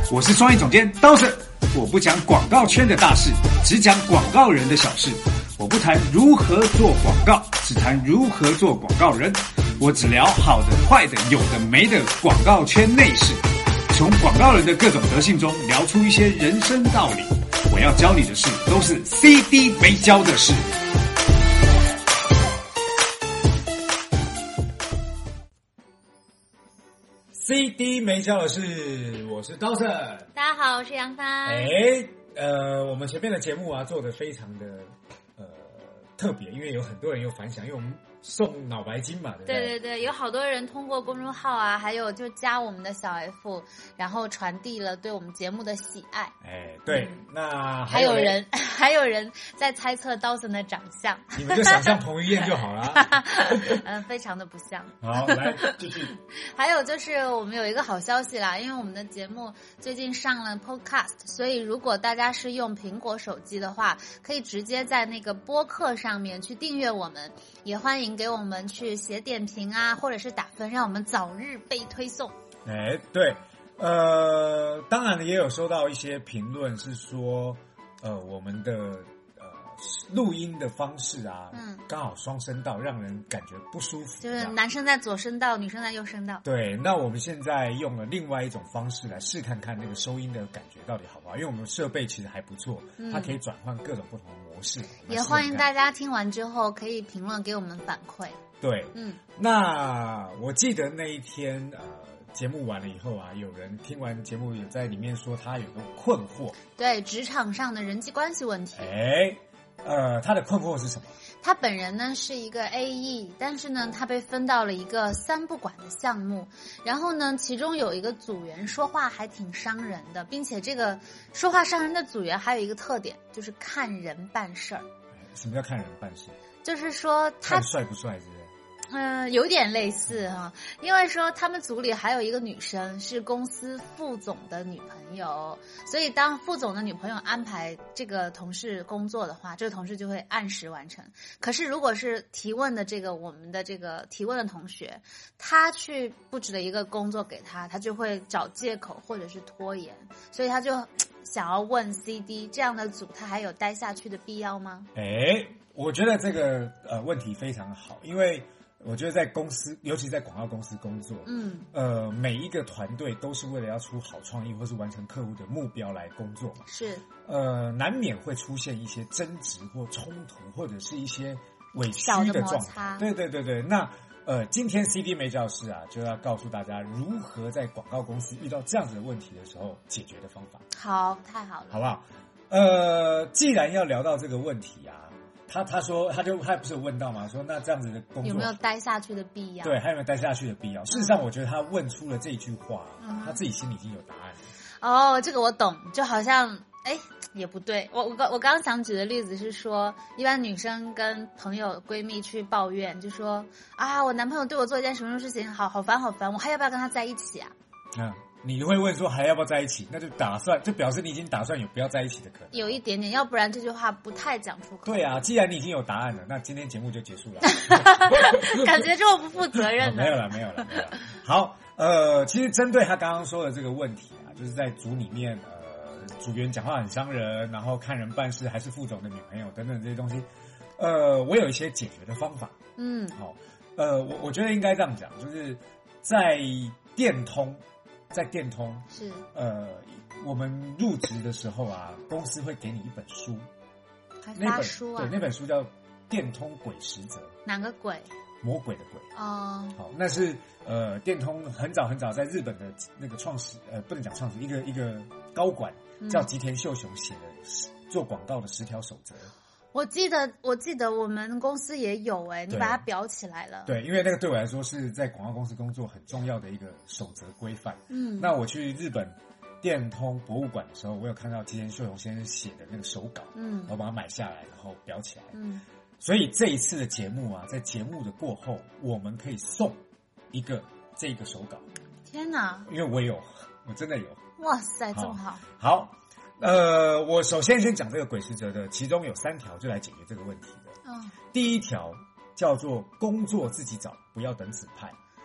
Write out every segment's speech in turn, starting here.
我是创意总监刀神，我不讲广告圈的大事，只讲广告人的小事。我不谈如何做广告，只谈如何做广告人。我只聊好的、坏的、有的没的广告圈内事，从广告人的各种德性中聊出一些人生道理。我要教你的事，都是 CD 没教的事。CD 没教的事，我是刀神。 大家好，我是杨帆。 我们前面的节目啊做得非常的特别，因为有很多人有反响，因为我们送脑白金嘛，对不对？ 对对对，有好多人通过公众号啊，还有就加我们的小 F， 然后传递了对我们节目的喜爱。 对，那还有人在猜测刀神的长相， 你们就想象彭于晏就好了。 非常的不像。 好，来继续。 还有就是我们有一个好消息啦，因为我们的节目最近上了 Podcast， 所以如果大家是用苹果手机的话，可以直接在那个播客上面去订阅我们，也欢迎给我们去写点评啊，或者是打分，让我们早日被推送。 对，当然也有收到一些评论是说，我们的录音的方式啊，刚好双声道，让人感觉不舒服， 就是男生在左声道，女生在右声道。 对，那我们现在用了另外一种方式来试看看那个收音的感觉到底好不好，因为我们设备其实还不错，它可以转换各种不同的模式。 也欢迎大家听完之后可以评论给我们反馈。 对，那我记得那一天节目完了以后啊，有人听完节目有在里面说他有个困惑， 对职场上的人际关系问题。 他的困惑是什么？ 他本人呢是一个 AE， 但是呢他被分到了一个3不管的项目，然后呢其中有一个组员说话还挺伤人的，并且这个说话伤人的组员还有一个特点，就是看人办事儿。 什么叫看人办事？ 就是说他看帅不帅是不是？ 有点类似哈，因为说他们组里还有一个女生是公司副总的女朋友，所以当副总的女朋友安排这个同事工作的话，这个同事就会按时完成。可是如果是提问的我们的这个提问的同学，他去布置了一个工作给他，他就会找借口或者是拖延，所以他就想要问 CD 这样的组他还有待下去的必要吗？ 我觉得这个问题非常好，因为我觉得在公司，尤其在广告公司工作，每一个团队都是为了要出好创意或是完成客户的目标来工作嘛。 是， 难免会出现一些争执或冲突，或者是一些委屈的状态。对。那今天 CD 没教室啊，就要告诉大家如何在广告公司遇到这样子的问题的时候解决的方法。 好，太好了， 好不好？既然要聊到这个问题啊。他说他不是有问到吗？说那这样子的工作有没有待下去的必要？ 对，还有没有待下去的必要？事实上，我觉得他问出了这一句话，他自己心里已经有答案了。 这个我懂，就好像也不对。我刚刚想举的例子是说，一般女生跟朋友闺蜜去抱怨，就说啊，我男朋友对我做一件什么事情，好烦，我还要不要跟他在一起啊？ 你会问说还要不要在一起？那就表示你已经打算有不要在一起的可能。 有一点点，要不然这句话不太讲出口。 对啊，既然你已经有答案了，那今天节目就结束了。 感觉这么不负责任。 没有了。好，其实针对他刚刚说的这个问题啊，就是在组里面，组员讲话很伤人，然后看人办事，还是副总的女朋友等等这些东西，我有一些解决的方法。好，我觉得应该这样讲，就是在电通是我们入职的时候啊，公司会给你一本书， 还发书啊？ 对，那本书叫《电通鬼实则》。 哪个鬼？ 魔鬼的鬼。 好， 那是电通很早在日本的那个创始不能讲创始，一个高管叫吉田秀雄写的做广告的10条守则。 我记得我们公司也有你把它裱起来了。 对，因为那个对我来说是在广告公司工作很重要的一个守则规范。那我去日本电通博物馆的时候，我有看到吉田秀雄先生写的那个手稿，我把它买下来，然后裱起来。所以这一次的节目啊，在节目的过后，我们可以送这个手稿。 天哪！ 因为我真的有。 哇塞，这么好。 好。我首先讲这个鬼实则的，其中有3条就来解决这个问题的。第一条叫做工作自己找，不要等指派。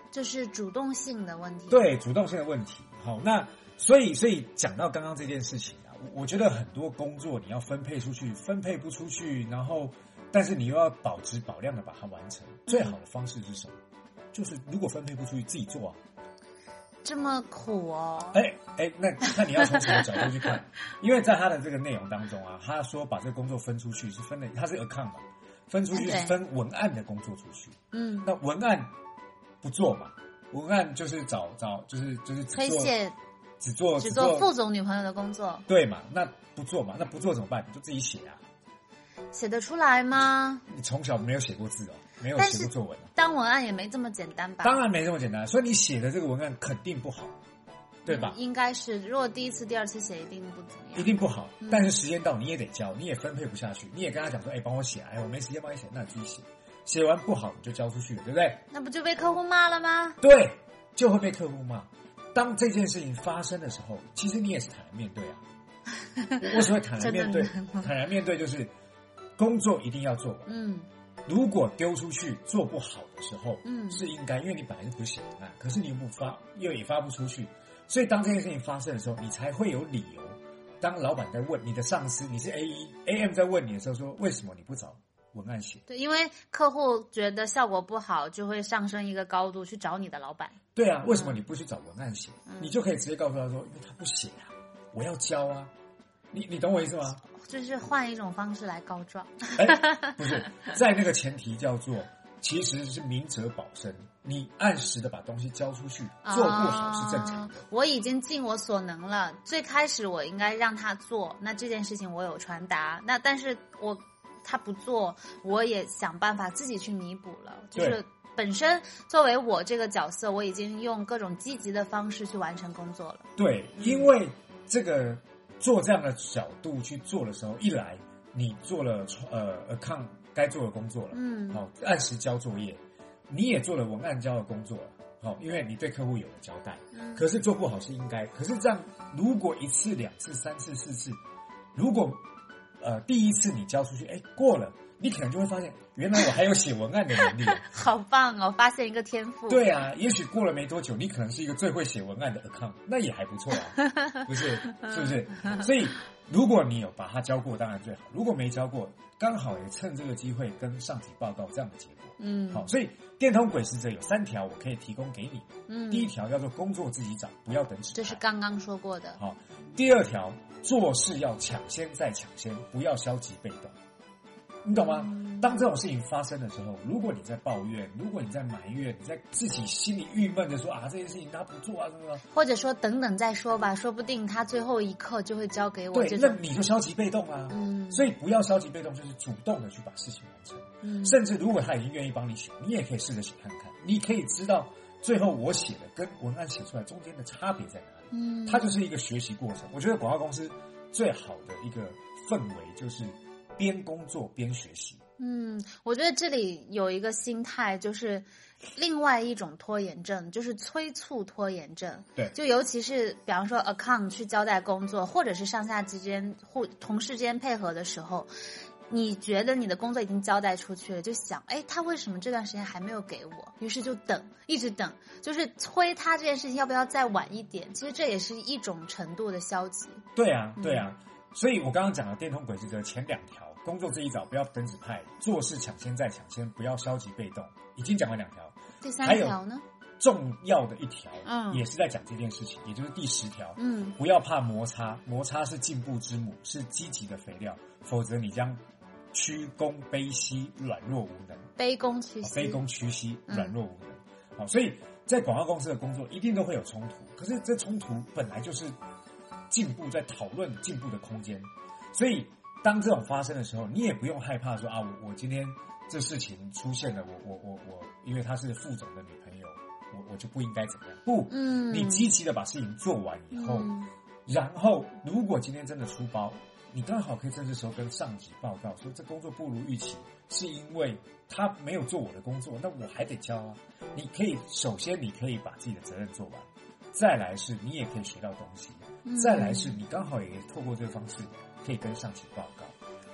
就是主动性的问题。 对，主动性的问题。好，那所以讲到刚刚这件事情啊，我觉得很多工作你要分配出去，分配不出去，然后但是你又要保质保量的把它完成，最好的方式是什么？就是如果分配不出去，自己做啊。 这么苦哦？ 那你要从什么角度去看？因为在他的这个内容当中啊，他说把这个工作分出去是分的，他是 account 嘛，分出去是分文案的工作出去。那文案不做嘛，文案就是找就是可以写只做副总女朋友的工作。 对嘛？那不做嘛？那不做怎么办？你就自己写啊。 写得出来吗？ 你从小没有写过字哦，没有写过作文哦。 当文案也没这么简单吧？ 当然没这么简单，所以你写的这个文案肯定不好，对吧？ 应该是，如果第一次、第二次写，一定不怎么样， 一定不好。但是时间到，你也得交，你也分配不下去，你也跟他讲说，帮我写，我没时间帮你写，那你自己写。写完不好，你就交出去了，对不对？ 那不就被客户骂了吗？ 对，就会被客户骂。当这件事情发生的时候，其实你也是坦然面对啊。我所谓坦然面对，坦然面对就是工作一定要做完。如果丢出去做不好的时候，是应该，因为你本来就不是写文案，可是你又也发不出去，所以当这件事情发生的时候，你才会有理由。当老板在问你的上司，你是 AM 在问你的时候，说为什么你不找文案写？ 对，因为客户觉得效果不好，就会上升一个高度去找你的老板。 对啊，为什么你不去找文案写？你就可以直接告诉他说，因为他不写啊，我要教啊。你懂我意思吗？ 就是换一种方式来告状。 不是，在那个前提叫做，其实是明哲保身，你按时的把东西交出去，做不好是正常的。 我已经尽我所能了，最开始我应该让他做，那这件事情我有传达，那但是他不做，我也想办法自己去弥补了。就是本身作为我这个角色，我已经用各种积极的方式去完成工作了。 对，因为这个做这样的角度去做的时候，一来你做了account该做的工作了，好，按时交作业，你也做了文案交的工作了，好，因为你对客户有了交代，可是做不好是应该，可是这样如果1次、2次、3次、4次，如果第一次你交出去，过了，你可能就会发现，原来我还有写文案的能力。 好棒哦，发现一个天赋。 对啊，也许过了没多久，你可能是一个最会写文案的 account， 那也还不错啊，不是？是不是？所以如果你有把它教过，当然最好；如果没教过，刚好也趁这个机会跟上级报告这样的结果。好，所以电通鬼使者有3条，我可以提供给你。第一条叫做工作自己找，不要等指派， 这是刚刚说过的。 好，第二条做事要抢先再抢先，不要消极被动。你懂吗？当这种事情发生的时候，如果你在抱怨，如果你在埋怨，你在自己心里郁闷的说这件事情他不做啊什么， 或者说等等再说吧，说不定他最后一刻就会交给我。 对，那你就消极被动啊。所以不要消极被动，就是主动的去把事情完成。甚至如果他已经愿意帮你写，你也可以试着写看看，你可以知道最后我写的跟文案写出来中间的差别在哪里。它就是一个学习过程。我觉得广告公司最好的一个氛围就是边工作边学习。 我觉得这里有一个心态，就是另外一种拖延症，就是催促拖延症。 对， 就尤其是比方说 account 去交代工作，或者是上下之间同事之间配合的时候，你觉得你的工作已经交代出去了，就想他为什么这段时间还没有给我，于是就等，一直等，就是催他这件事情要不要再晚一点。其实这也是一种程度的消极。 对啊，对啊。所以我刚刚讲的电通鬼使者前2条，工作自己找，不要等指派，做事抢先再抢先，不要消极被动，已经讲了2条。 第3条呢？ 重要的1条，也是在讲这件事情，也就是第10条。不要怕摩擦，摩擦是进步之母，是积极的肥料，否则你将屈躬卑膝，软弱无能。卑躬屈膝，软弱无能。好，所以在广告公司的工作一定都会有冲突，可是这冲突本来就是进步，在讨论进步的空间。所以当这种发生的时候，你也不用害怕说我今天这事情出现了，我因为她是副总的女朋友，我就不应该怎么样。不，你积极的把事情做完以后，然后如果今天真的出包，你刚好可以在这时候跟上级报告说这工作不如预期，是因为他没有做我的工作，那我还得交啊。首先你可以把自己的责任做完，再来是你也可以学到东西，再来是你刚好也透过这个方式可以跟上级报告。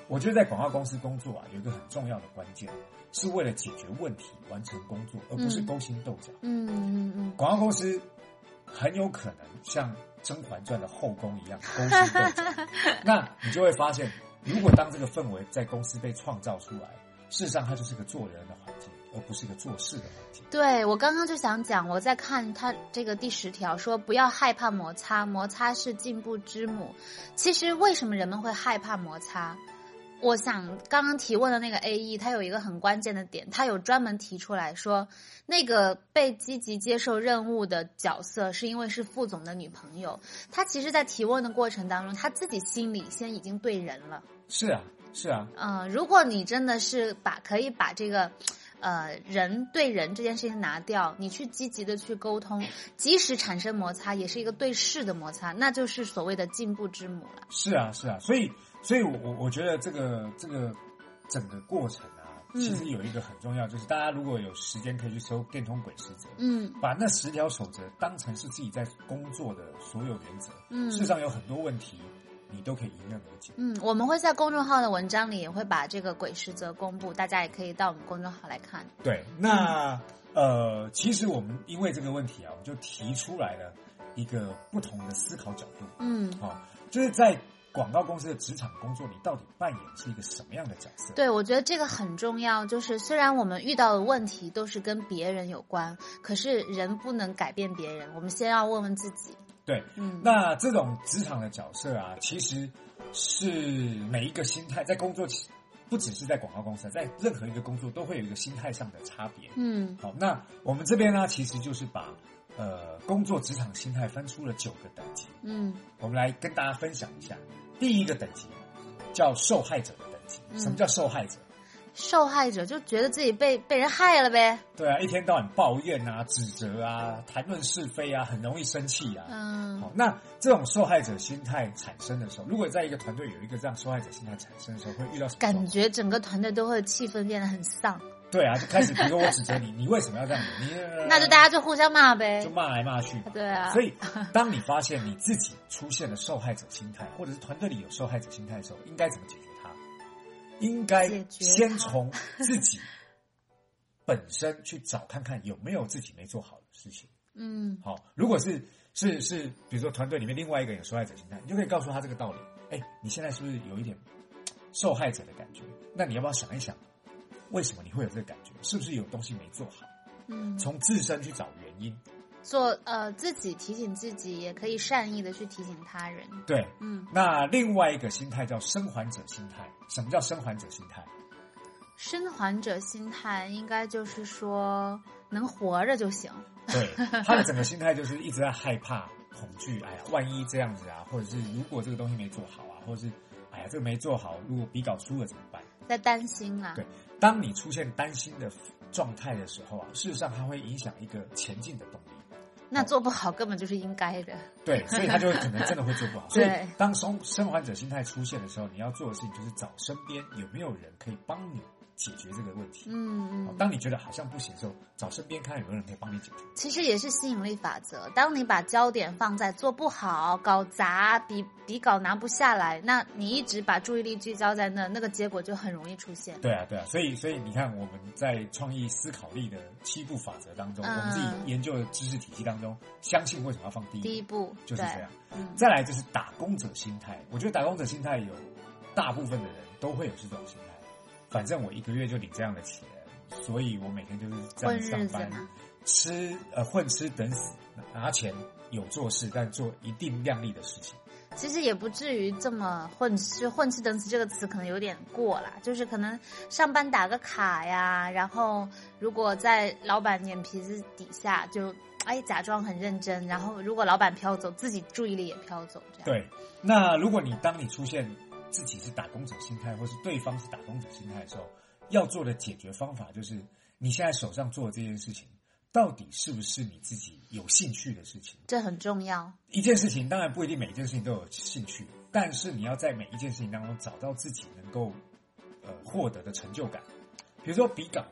我觉得在广告公司工作啊，有一个很重要的关键，是为了解决问题、完成工作，而不是勾心斗角。广告公司很有可能像《甄嬛传》的后宫一样勾心斗角，那你就会发现，如果当这个氛围在公司被创造出来，事实上它就是个做人的环境，而不是一个做事的环境。 对，我刚刚就想讲，我在看他这个第10条说不要害怕摩擦，摩擦是进步之母。其实为什么人们会害怕摩擦？我想刚刚提问的那个 AE 他有一个很关键的点，他有专门提出来说，那个被积极接受任务的角色是因为是副总的女朋友。他其实在提问的过程当中，他自己心里先已经对人了。 是啊如果你真的是可以把这个人对人这件事情拿掉，你去积极的去沟通，即使产生摩擦也是一个对事的摩擦，那就是所谓的进步之母了。 是啊，所以我觉得这个整个过程啊，其实有一个很重要，就是大家如果有时间可以去搜电通轨实则，把那10条守则当成是自己在工作的所有原则，事实上有很多问题你都可以迎刃而解。 我们会在公众号的文章里也会把这个轨实则公布，大家也可以到我们公众号来看。 对，那其实我们因为这个问题啊，我们就提出来了一个不同的思考角度。就是在广告公司的职场工作，你到底扮演是一个什么样的角色？ 对，我觉得这个很重要。就是虽然我们遇到的问题都是跟别人有关，可是人不能改变别人，我们先要问问自己。 对，那这种职场的角色啊，其实是每一个心态在工作，不只是在广告公司，在任何一个工作都会有一个心态上的差别。好，那我们这边呢，其实就是把工作职场心态分出了9个等级。我们来跟大家分享一下。第一个等级叫受害者的等级。什么叫受害者？ 受害者就觉得自己被人害了呗。 对啊，一天到晚抱怨啊、指责啊、谈论是非啊，很容易生气啊。好，那这种受害者心态产生的时候，如果在一个团队有一个这样受害者心态产生的时候，会遇到什么？ 感觉整个团队都会气氛变得很丧。 对啊，就开始，比如说我指责你，你为什么要这样？ 那就大家就互相骂呗， 就骂来骂去。 对啊， 所以当你发现你自己出现了受害者心态，或者是团队里有受害者心态的时候，应该怎么解决它？应该先从自己本身去找看看有没有自己没做好的事情。好，如果是比如说团队里面另外一个人有受害者心态，你就可以告诉他这个道理：你现在是不是有一点受害者的感觉？那你要不要想一想？为什么你会有这个感觉？是不是有东西没做好？从自身去找原因， 做自己提醒自己，也可以善意的去提醒他人。 对，那另外一个心态叫生还者心态。什么叫生还者心态？ 生还者心态应该就是说能活着就行。 对，他的整个心态就是一直在害怕、恐惧。万一这样子啊，或者是如果这个东西没做好啊，或者是这个没做好，如果比稿输了怎么办？ 在担心啊。 对，当你出现担心的状态的时候啊，事实上它会影响一个前进的动力。 那做不好根本就是应该的。 对，所以他就可能真的会做不好。所以当生还者心态出现的时候，你要做的事情就是找身边有没有人可以帮你解决这个问题。当你觉得好像不行的时候，找身边看有没有人可以帮你解决。 其实也是吸引力法则，当你把焦点放在做不好、搞砸、比稿拿不下来，那你一直把注意力聚焦在那个结果就很容易出现。 对啊，所以你看我们在创意思考力的7步法则当中，我们自己研究的知识体系当中，相信为什么要放第一步就是这样。再来就是打工者心态。我觉得打工者心态有大部分的人都会有这种心态。反正我1个月就领这样的钱，所以我每天就是这样上班，混吃等死，拿钱有做事，但做一定量力的事情。 其实也不至于这么混吃等死这个词可能有点过啦，就是可能上班打个卡呀，然后如果在老板眼皮子底下就假装很认真，然后如果老板飘走，自己注意力也飘走，这样。 对，那如果当你出现自己是打工者心态，或是对方是打工者心态的时候，要做的解决方法就是你现在手上做的这件事情到底是不是你自己有兴趣的事情。 这很重要。一件事情当然不一定每一件事情都有兴趣，但是你要在每一件事情当中找到自己能够获得的成就感。比如说比稿，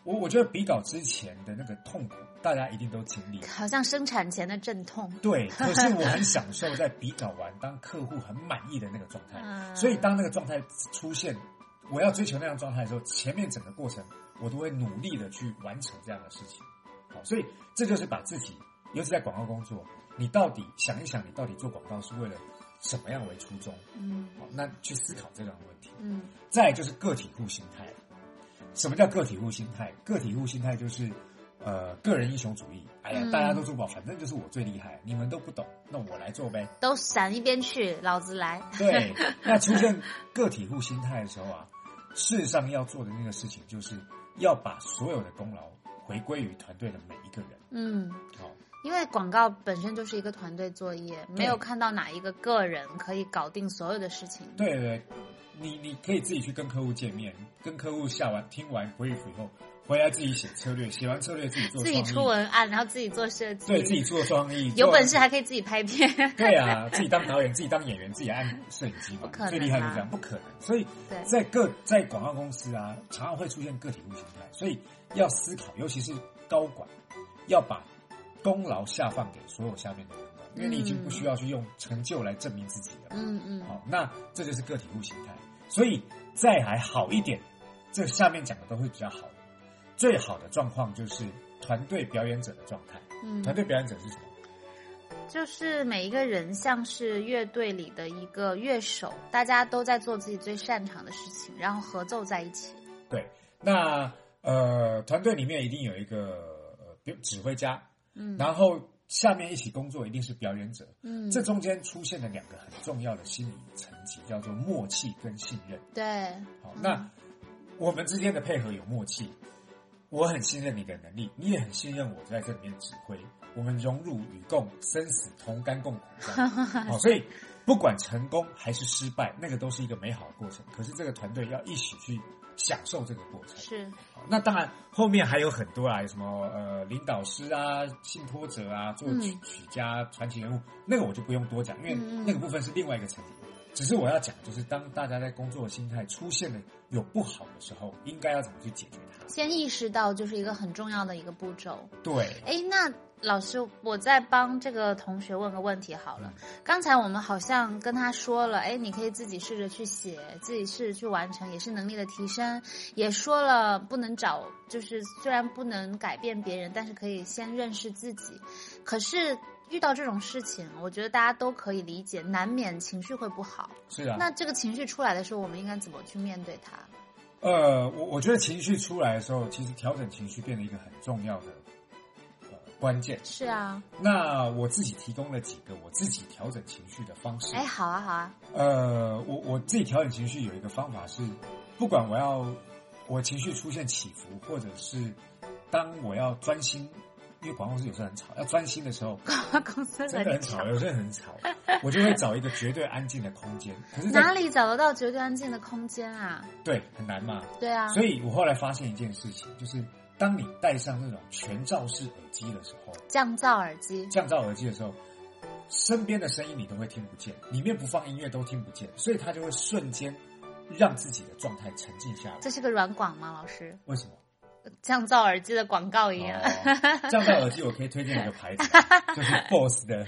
我觉得比稿之前的那个痛苦，大家一定都经历， 好像生产前的阵痛。 对，可是我很享受在比稿完，当客户很满意的那个状态。所以当那个状态出现，我要追求那样状态的时候，前面整个过程我都会努力的去完成这样的事情。好，所以这就是把自己，尤其在广告工作，你到底想一想，你到底做广告是为了什么样为初衷？好，那去思考这样的问题。再来就是个体户心态。什么叫个体户心态？个体户心态就是个人英雄主义。哎呀，大家都做不好，反正就是我最厉害，你们都不懂，那我来做呗， 都闪一边去，老子来。 对，那出现个体户心态的时候啊，事实上要做的那个事情就是要把所有的功劳回归于团队的每一个人。好， 因为广告本身就是一个团队作业，没有看到哪一个个人可以搞定所有的事情。 对对，你可以自己去跟客户见面，跟客户听完 brief 以后，回来自己写策略，写完策略自己做创意， 自己出文案，然后自己做设计， 对，自己做创意， 有本事还可以自己拍片。 对啊，自己当导演，自己当演员，自己按摄影机嘛，最厉害就这样，不可能。所以在广告公司啊，常常会出现个体户心态，所以要思考，尤其是高管，要把功劳下放给所有下面的员工，因为你已经不需要去用成就来证明自己了。好，那这就是个体户心态。所以再还好一点，这下面讲的都会比较好。最好的状况就是团队表演者的状态。团队表演者是什么？ 就是每一个人像是乐队里的一个乐手，大家都在做自己最擅长的事情，然后合奏在一起。 对，那团队里面一定有一个指挥家，然后下面一起工作一定是表演者。这中间出现了两个很重要的心理层级，叫做默契跟信任。 对， 好，那我们之间的配合有默契，我很信任你的能力，你也很信任我在这里面指挥，我们荣辱与共，生死同甘共苦。好，所以不管成功还是失败，那个都是一个美好的过程。可是这个团队要一起去享受这个过程。 是。 那当然后面还有很多啊，有什么领导师啊、信托者啊、作曲家、传奇人物，那个我就不用多讲，因为那个部分是另外一个层级。只是我要讲，就是当大家在工作的心态出现了有不好的时候，应该要怎么去解决它？ 先意识到就是一个很重要的一个步骤。 对。 那老师，我再帮这个同学问个问题好了。刚才我们好像跟他说了，你可以自己试着去写，自己试着去完成，也是能力的提升。也说了不能找，就是虽然不能改变别人，但是可以先认识自己。可是遇到这种事情，我觉得大家都可以理解，难免情绪会不好。 是啊。 那这个情绪出来的时候，我们应该怎么去面对它？ 我觉得情绪出来的时候，其实调整情绪变得一个很重要的关键。 是啊。 那我自己提供了几个我自己调整情绪的方式。 好啊，好啊。 我自己调整情绪有一个方法是，不管我情绪出现起伏，或者是当我要专心。因为广告公司有时候很吵，要专心的时候， 公司真的很吵，有时候很吵，我就会找一个绝对安静的空间。可是哪里找得到绝对安静的空间啊？ 对，很难嘛。 对啊。 所以我后来发现一件事情，就是当你戴上那种全罩式耳机的时候，降噪耳机的时候，身边的声音你都会听不见，里面不放音乐都听不见，所以它就会瞬间让自己的状态沉静下来。 这是个软广吗，老师？ 为什么？ 降噪耳机的广告一样。 降噪耳机我可以推荐一个牌子，就是 BOSS 的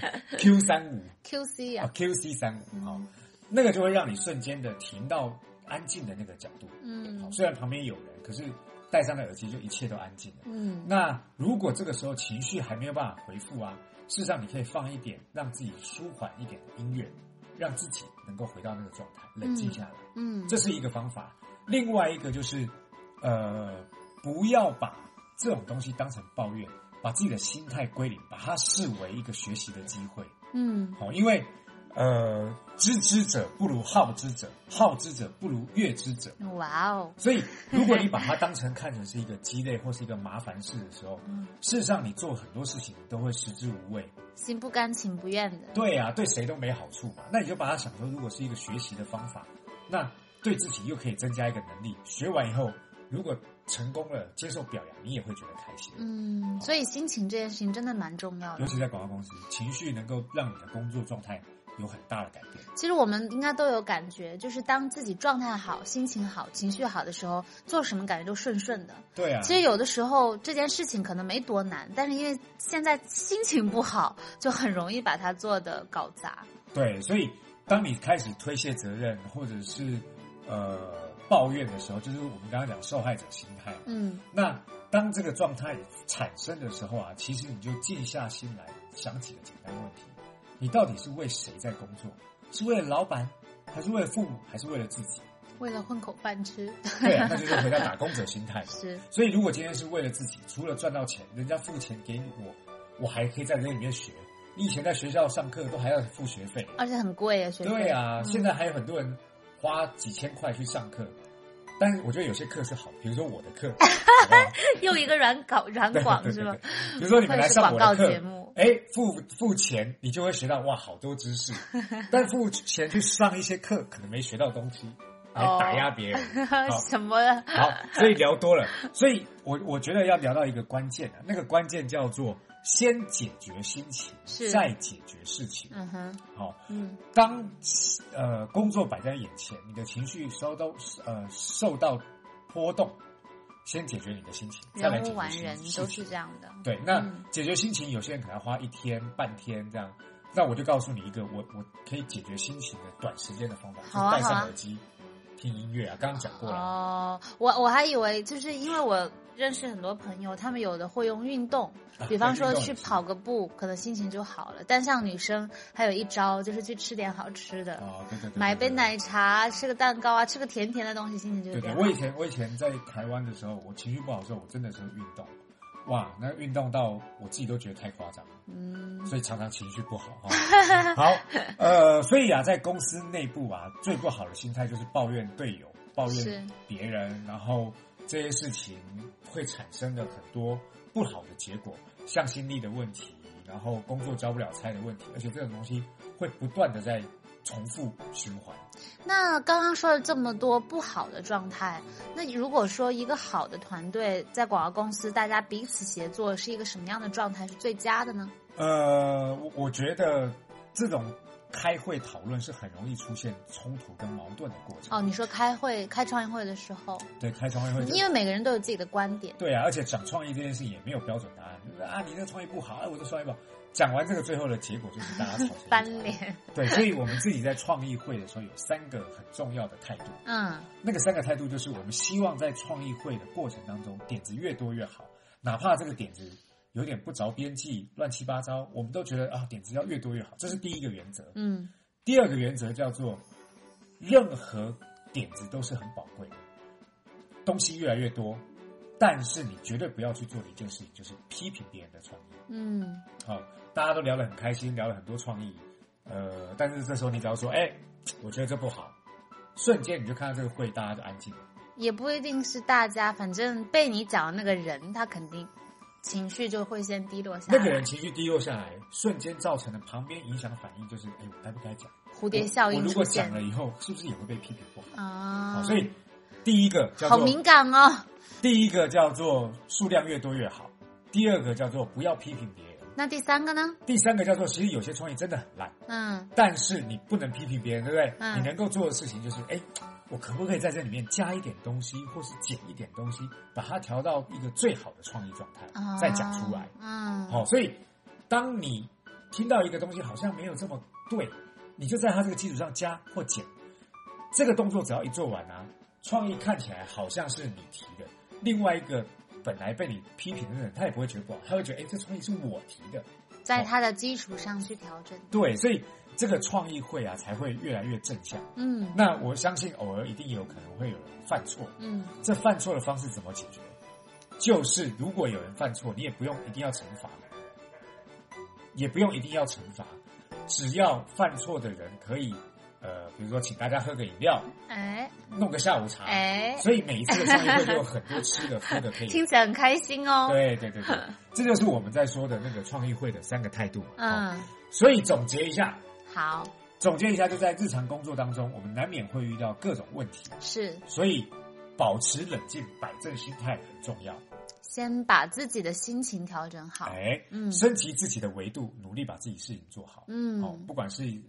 Q35 啊，QC35 好，那个就会让你瞬间的停到安静的那个角度。好，虽然旁边有人，可是戴上了耳机就一切都安静了。那如果这个时候情绪还没有办法回复啊，事实上你可以放一点让自己舒缓一点的音乐，让自己能够回到那个状态，冷静下来。这是一个方法。另外一个就是不要把这种东西当成抱怨，把自己的心态归零，把它视为一个学习的机会。好，因为知之者不如好之者，好之者不如悦之者。 哇哦！ 所以如果你把它当成看成是一个鸡肋或是一个麻烦事的时候，事实上你做很多事情都会食之无味， 心不甘情不愿的。 对啊，对谁都没好处嘛。那你就把它想说，如果是一个学习的方法，那对自己又可以增加一个能力，学完以后如果成功了，接受表扬，你也会觉得开心。 所以心情这件事情真的蛮重要的， 尤其在广告公司，情绪能够让你的工作状态有很大的改变。 其实我们应该都有感觉，就是当自己状态好、心情好、情绪好的时候，做什么感觉都顺顺的。 对啊， 其实有的时候这件事情可能没多难，但是因为现在心情不好，就很容易把它做得搞砸。 对，所以当你开始推卸责任或者是抱怨的时候，就是我们刚刚讲受害者心态。那当这个状态产生的时候啊，其实你就静下心来想几个简单问题：你到底是为谁在工作？是为了老板，还是为了父母，还是为了自己？ 为了混口饭吃。 对啊，那就是回到打工者心态。 是。 所以如果今天是为了自己，除了赚到钱，人家付钱给我还可以在这里面学。你以前在学校上课都还要付学费， 而且很贵啊，学费。 对啊，现在还有很多人花几千块去上课，但是我觉得有些课是好，比如说我的课， 又一个软广是吧？ 比如说你们来上我的课，付钱你就会学到哇好多知识，但付钱去上一些课可能没学到东西，来打压别人。 什么？ 好，所以聊多了，所以我觉得要聊到一个关键啊，那个关键叫做先解决心情，再解决事情。好，当工作摆在眼前，你的情绪受到波动，先解决你的心情，再来解决心情。 人都是这样的。 对，那解决心情，有些人可能要花1天、半天这样。那我就告诉你一个我可以解决心情的短时间的方法，就是戴上耳机听音乐啊。刚刚讲过了。 哦，我还以为就是因为我认识很多朋友，他们有的会用运动，比方说去跑个步，可能心情就好了。但像女生还有一招，就是去吃点好吃的， 对， 买杯奶茶，吃个蛋糕啊，吃个甜甜的东西，心情就变好。 对，我以前在台湾的时候，我情绪不好的时候，我真的是运动。哇，那运动到我自己都觉得太夸张了，所以常常情绪不好。好，所以啊，在公司内部啊，最不好的心态就是抱怨队友、抱怨别人，然后这些事情会产生了很多不好的结果，向心力的问题，然后工作交不了差的问题，而且这种东西会不断的在重复循环。 那刚刚说了这么多不好的状态，那如果说一个好的团队在广告公司，大家彼此协作是一个什么样的状态是最佳的呢？ 我觉得这种开会讨论是很容易出现冲突跟矛盾的过程。 你说开创业会的时候， 对，开创业会， 因为每个人都有自己的观点。 对啊，而且讲创意这件事也没有标准答案，就是你这个创意不好，我的创意不好。讲完这个，最后的结果就是大家吵成翻脸。 对，所以我们自己在创意会的时候有3个很重要的态度。那个3个态度就是我们希望在创意会的过程当中，点子越多越好，哪怕这个点子有点不着边际、乱七八糟，我们都觉得点子要越多越好，这是第一个原则。第二个原则叫做，任何点子都是很宝贵的，东西越来越多，但是你绝对不要去做的一件事情，就是批评别人的创意。好，大家都聊得很开心，聊了很多创意，但是这时候你只要说，我觉得这不好，瞬间你就看到这个会大家就安静了。 也不一定是大家，反正被你讲的那个人，他肯定情绪就会先低落下来。 那个人情绪低落下来，瞬间造成的旁边影响反应就是，我该不该讲？ 蝴蝶效应出现。 我如果讲了以后，是不是也会被批评不好？ 好， 所以第一个叫做好敏感哦。 第一个叫做数量越多越好，第二个叫做不要批评别人。 那第3个呢？ 第3个叫做，其实有些创意真的很烂，但是你不能批评别人，对不对？你能够做的事情就是，我可不可以在这里面加一点东西，或是减一点东西，把它调到一个最好的创意状态，再讲出来。所以当你听到一个东西好像没有这么对，你就在它这个基础上加或减。这个动作只要一做完啊，创意看起来好像是你提的，另外一个本来被你批评的人，他也不会觉得不好，他会觉得这创意是我提的， 在他的基础上去调整。 对，所以这个创意会啊才会越来越正向。那我相信偶尔一定有可能会有人犯错。这犯错的方式怎么解决？就是如果有人犯错，你也不用一定要惩罚，只要犯错的人可以比如说请大家喝个饮料，弄个下午茶，所以每一次的创意会就有很多吃的喝的可以听起来很开心哦。 对，这就是我们在说的那个创意会的3个态度。所以总结一下， 好， 总结一下，就在日常工作当中，我们难免会遇到各种问题，所以保持冷静、摆正心态很重要。 先把自己的心情调整好， 升级自己的维度，努力把自己事情做好。不管是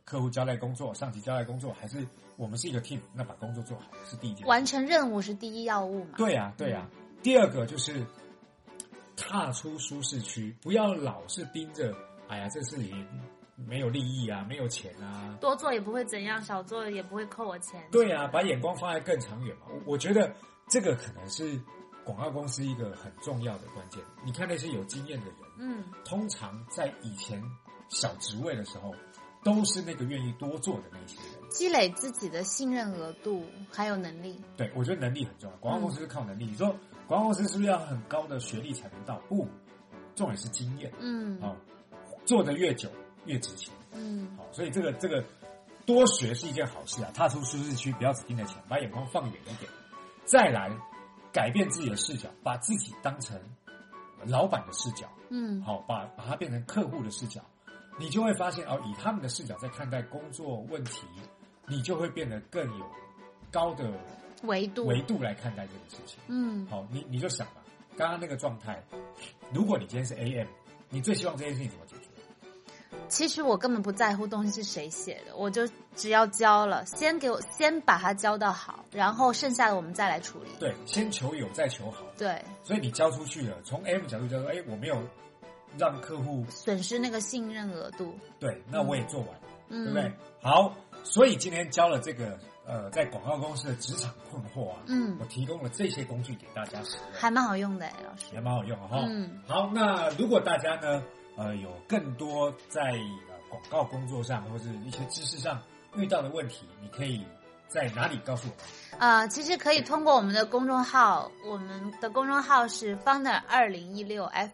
客户交代工作，上级交代工作，还是我们是一个 team， 那把工作做好是第一件事。 完成任务是第一要务嘛。 对啊，对啊。第二个就是踏出舒适区，不要老是盯着，哎呀，这事情没有利益啊，没有钱啊， 多做也不会怎样，少做也不会扣我钱。 对啊，把眼光放在更长远嘛。我觉得这个可能是广告公司一个很重要的关键。你看那些有经验的人，通常在以前小职位的时候，都是那个愿意多做的那些人， 积累自己的信任额度还有能力。 对，我觉得能力很重要。广告公司是靠能力。你说广告公司是不是要很高的学历才能到？不，重点是经验。做得越久越值钱。好，所以这个多学是一件好事啊。踏出舒适区，不要只盯着钱，把眼光放远一点。再来，改变自己的视角，把自己当成老板的视角。好，把它变成客户的视角。你就会发现以他们的视角在看待工作问题，你就会变得更有高的维度来看待这个事情。好，你就想吧，刚刚那个状态，如果你今天是 AM， 你最希望这件事情怎么解决？ 其实我根本不在乎东西是谁写的，我就只要交了，先把它交到好，然后剩下的我们再来处理。 对，先求有再求好。 对， 所以你交出去了，从 AM 角度叫做，我没有让客户损失那个信任额度。 对，那我也做完了，对不对？好，所以今天教了这个在广告公司的职场困惑啊，我提供了这些工具给大家使用， 还蛮好用的，老师， 也蛮好用的哈。好，那如果大家呢有更多在广告工作上或者一些知识上遇到的问题，你可以在哪里告诉我们？ 其实可以通过我们的公众号，我们的公众号是 Funer2016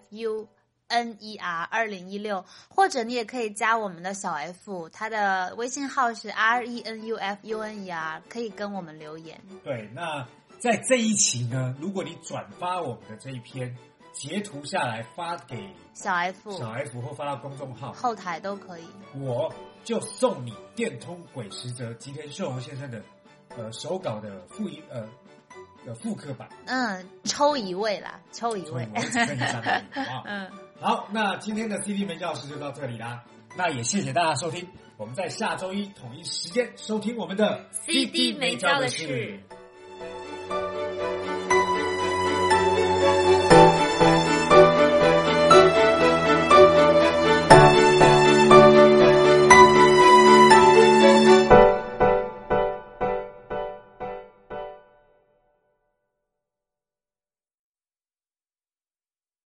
FUNER2016，或者你也可以加我们的小 F， 他的微信号是 RENUFUNER， 可以跟我们留言。 对，那在这一期呢，如果你转发我们的这一篇，截图下来发给小 F 或发到公众号后台都可以， 我就送你电通鬼时则吉田秀荣先生的手稿的复刻版。 抽一位啦，抽一位。 好，那今天的 CD 美教室就到这里啦。那也谢谢大家收听，我们在下周一统一时间收听我们的 CD 美教的事。